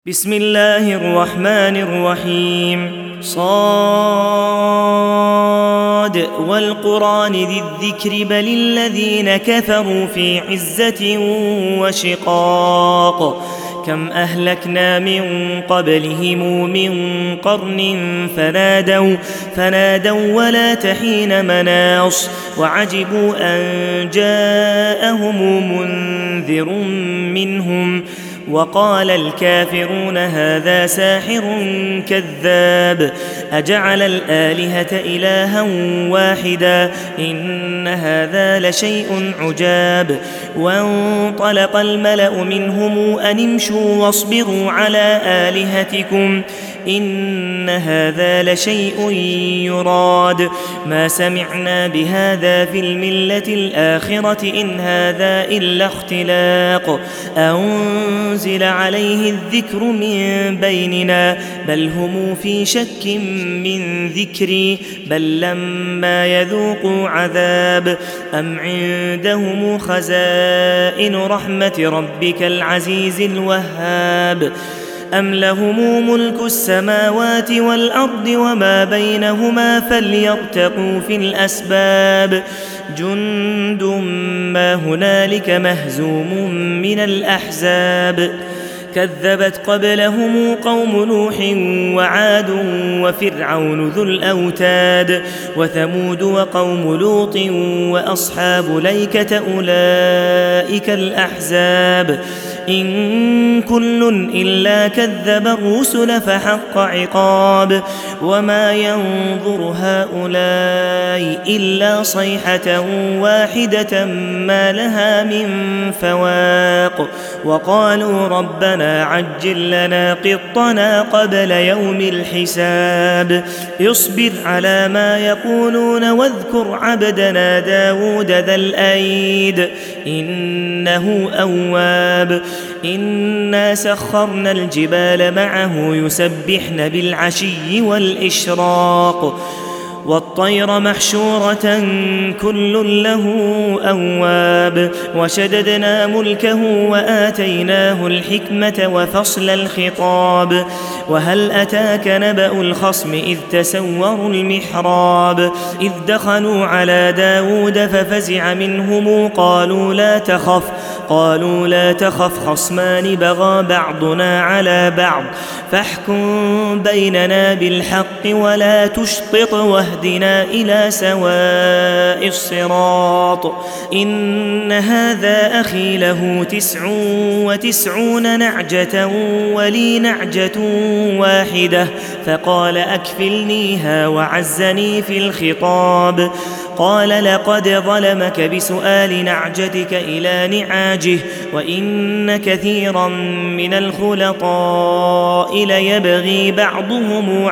بسم الله الرحمن الرحيم صاد والقرآن ذي الذكر بل الذين كفروا في عزة وشقاق كم أهلكنا من قبلهم من قرن فنادوا ولا تحين مناص وعجبوا أن جاءهم منذر منهم وقال الكافرون هذا ساحر كذاب أجعل الآلهة إلها واحدا إن هذا لشيء عجاب وانطلق الملأ منهم أن امشوا واصبروا على آلهتكم إن هذا لشيء يراد ما سمعنا بهذا في الملة الآخرة إن هذا إلا اختلاق أنزل عليه الذكر من بيننا بل هم في شك من ذكري بل لما يذوقوا عذاب أم عندهم خزائن رحمة ربك العزيز الوهاب أم لهم ملك السماوات والأرض وما بينهما فليرتقوا في الأسباب جند ما هنالك مهزوم من الأحزاب كذبت قبلهم قوم نوح وعاد وفرعون ذو الأوتاد وثمود وقوم لوط وأصحاب ليكة أولئك الأحزاب إن كل إلا كذب الرسل فحق عقاب وما ينظر هؤلاء إلا صيحة واحدة ما لها من فواق وقالوا ربنا عجل لنا قطنا قبل يوم الحساب اصبر على ما يقولون واذكر عبدنا داود ذا الأيد إنه أواب إنا سخرنا الجبال معه يسبحن بالعشي والإشراق والطير محشورة كل له أواب وشددنا ملكه وآتيناه الحكمة وفصل الخطاب وهل أتاك نبأ الخصم إذ تسوروا المحراب إذ دخلوا على داود ففزع منهم قالوا لا تخف خصمان بغى بعضنا على بعض فاحكم بيننا بالحق ولا تشطط واهدنا إلى سواء الصراط إن هذا أخي له 99 نعجة ولي نعجة واحدة فقال أكفلنيها وعزني في الخطاب قال لقد ظلمك بسؤال نعجتك إلى نعاجه وإن كثيرا من الخلطاء ليبغي بعضهم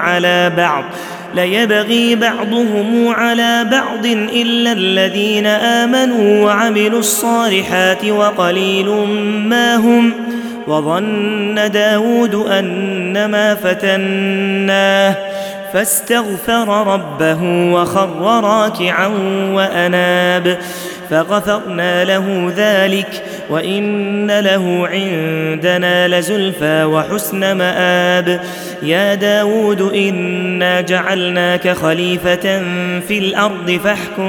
على بعض إلا الذين آمنوا وعملوا الصالحات وقليل ما هم وظن داود أنما فتناه فاستغفر ربه وخر راكعا وأناب فغفرنا له ذلك وإن له عندنا لزلفى وحسن مآب يا داود إنا جعلناك خليفة في الأرض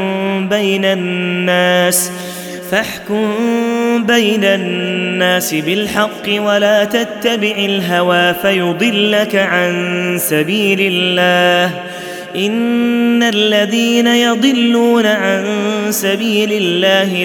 فاحكم بين الناس بالحق ولا تتبع الهوى فيضلك عن سبيل الله إن الذين يضلون عن سبيل الله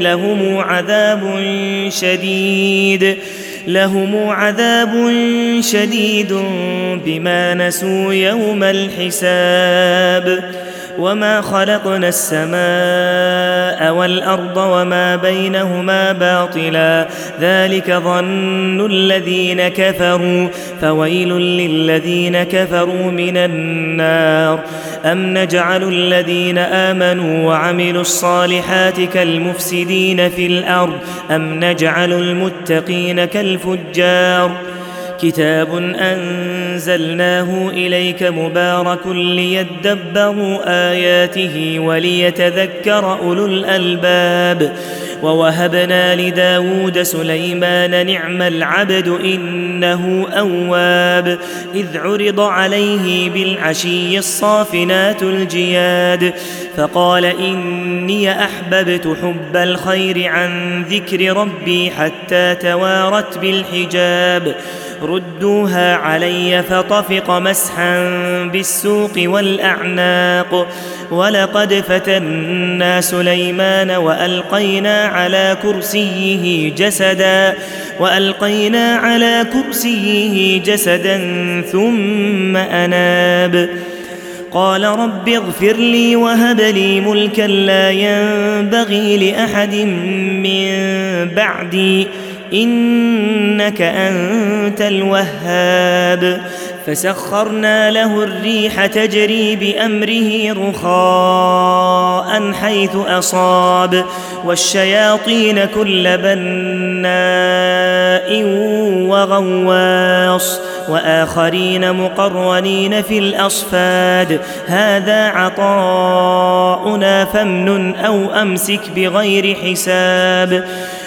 لهم عذاب شديد بما نسوا يوم الحساب وما خلقنا السماء والأرض وما بينهما باطلا ذلك ظن الذين كفروا فويل للذين كفروا من النار أم نجعل الذين آمنوا وعملوا الصالحات كالمفسدين في الأرض أم نجعل المتقين كالفجار كتاب أنزلناه إليك مبارك ليدبروا آياته وليتذكر أولو الألباب ووهبنا لداود سليمان نعم العبد إنه أواب إذ عرض عليه بالعشي الصافنات الجياد فقال إني أحببت حب الخير عن ذكر ربي حتى توارت بالحجاب ردوها علي فطفق مسحا بالسوق والأعناق ولقد فتنا سليمان وألقينا على كرسيه جسدا ثم أناب قال رب اغفر لي وهب لي ملكا لا ينبغي لأحد من بعدي إنك أنت الوهاب فسخرنا له الريح تجري بأمره رخاء حيث أصاب والشياطين كل بناء وغواص وآخرين مقرنين في الأصفاد هذا عطاؤنا فامنن أو أمسك بغير حساب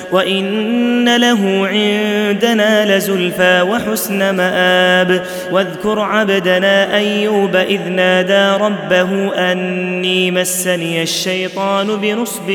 وإن له عندنا لزلفى وحسن مآب واذكر عبدنا أيوب إذ نادى ربه أني مسني الشيطان بنصب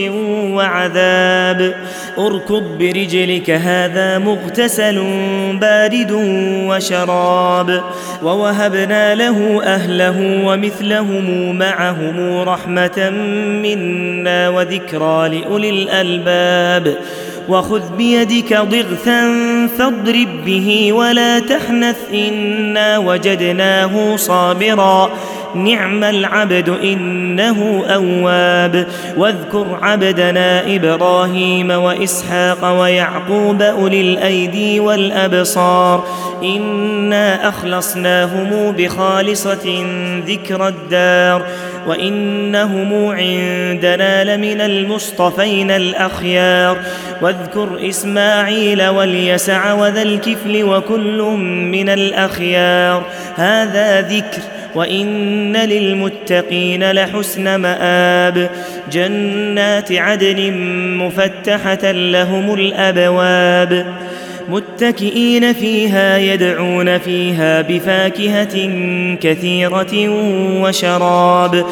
وعذاب اركض برجلك هذا مغتسل بارد وشراب ووهبنا له أهله ومثلهم معهم رحمة منا وذكرى لأولي الألباب وخذ بيدك ضغثا فاضرب به ولا تحنث إنا وجدناه صابرا نعم العبد إنه أواب واذكر عبدنا إبراهيم وإسحاق ويعقوب أولي الأيدي والأبصار إنا أخلصناهم بخالصة ذكر الدار وإنهم عندنا لمن المصطفين الأخيار واذكر إسماعيل واليسع وذا الكفل وكل من الأخيار هذا ذكر وإن للمتقين لحسن مآب جنات عدن مفتحة لهم الأبواب متكئين فيها يدعون فيها بفاكهة كثيرة وشراب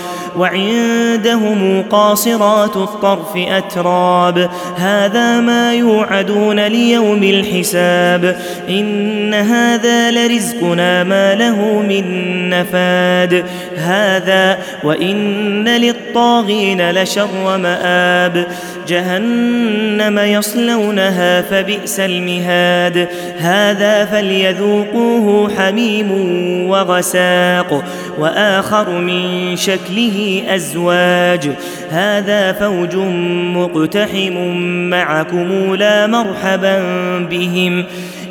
وعندهم قاصرات الطرف أتراب هذا ما يوعدون ليوم الحساب إن هذا لرزقنا ما له من نفاد هذا وإن للطاغين لشر مآب جهنم يصلونها فبئس المهاد هذا فليذوقوه حميم وغساق وآخر من شكله أزواج هذا فوج مقتحم معكم لا مرحبا بهم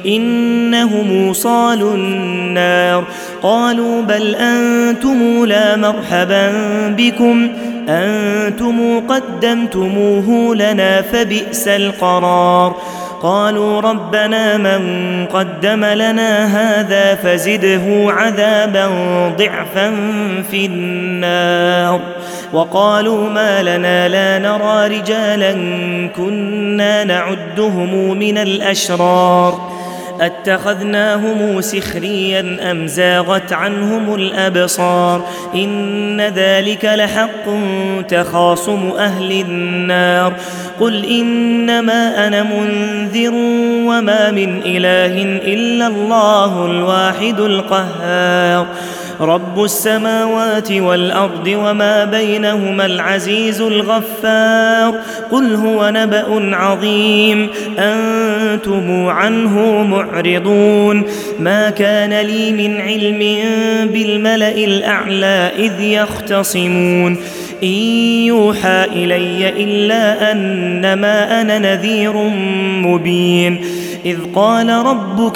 إنهم صالوا النار قالوا بل أنتم لا مرحبا بكم أنتم قدمتموه لنا فبئس القرار قالوا ربنا من قدم لنا هذا فزده عذابا ضعفا في النار وقالوا ما لنا لا نرى رجالا كنا نعدهم من الأشرار أتخذناهم سخريا أم زاغت عنهم الأبصار إن ذلك لحق تخاصم أهل النار قل إنما أنا منذر وما من إله إلا الله الواحد القهار رب السماوات والأرض وما بينهما العزيز الغفار قل هو نبأ عظيم أنتم عنه معرضون ما كان لي من علم بالملأ الأعلى إذ يختصمون إن يوحى إلي إلا أنما أنا نذير مبين إذ قال ربك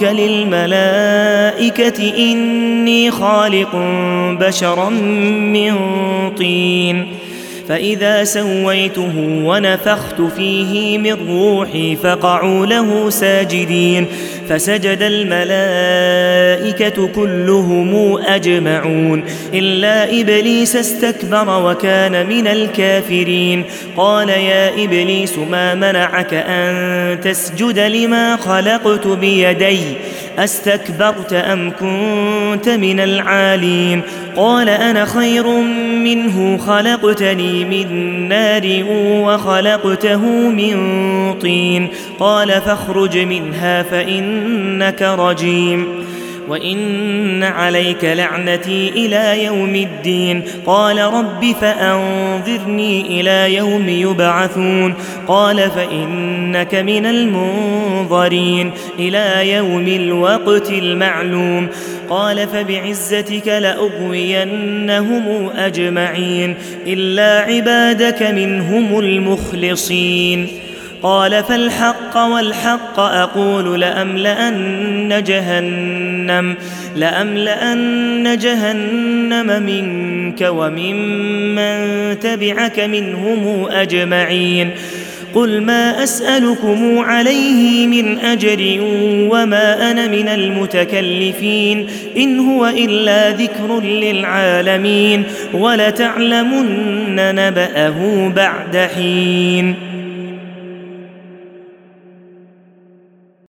للملائكة إني خالق بشرا من طين فإذا سويته ونفخت فيه من روحي فقعوا له ساجدين فسجد الملائكة كلهم أجمعون إلا إبليس استكبر وكان من الكافرين قال يا إبليس ما منعك أن تسجد لما خلقت بيدي أستكبرت أم كنت من العالين قال أنا خير منه خلقتني من نار وخلقته من طين قال فاخرج منها فإنك رجيم وإن عليك لعنتي إلى يوم الدين قال رب فأنظرني إلى يوم يبعثون قال فإنك من المنظرين إلى يوم الوقت المعلوم قال فبعزتك لأغوينهم أجمعين إلا عبادك منهم المخلصين قال فالحق والحق أقول لأملأن جهنم منك وممن تبعك منهم أجمعين قل ما أسألكم عليه من أجر وما أنا من المتكلفين إن هو إلا ذكر للعالمين ولتعلمن نبأه بعد حين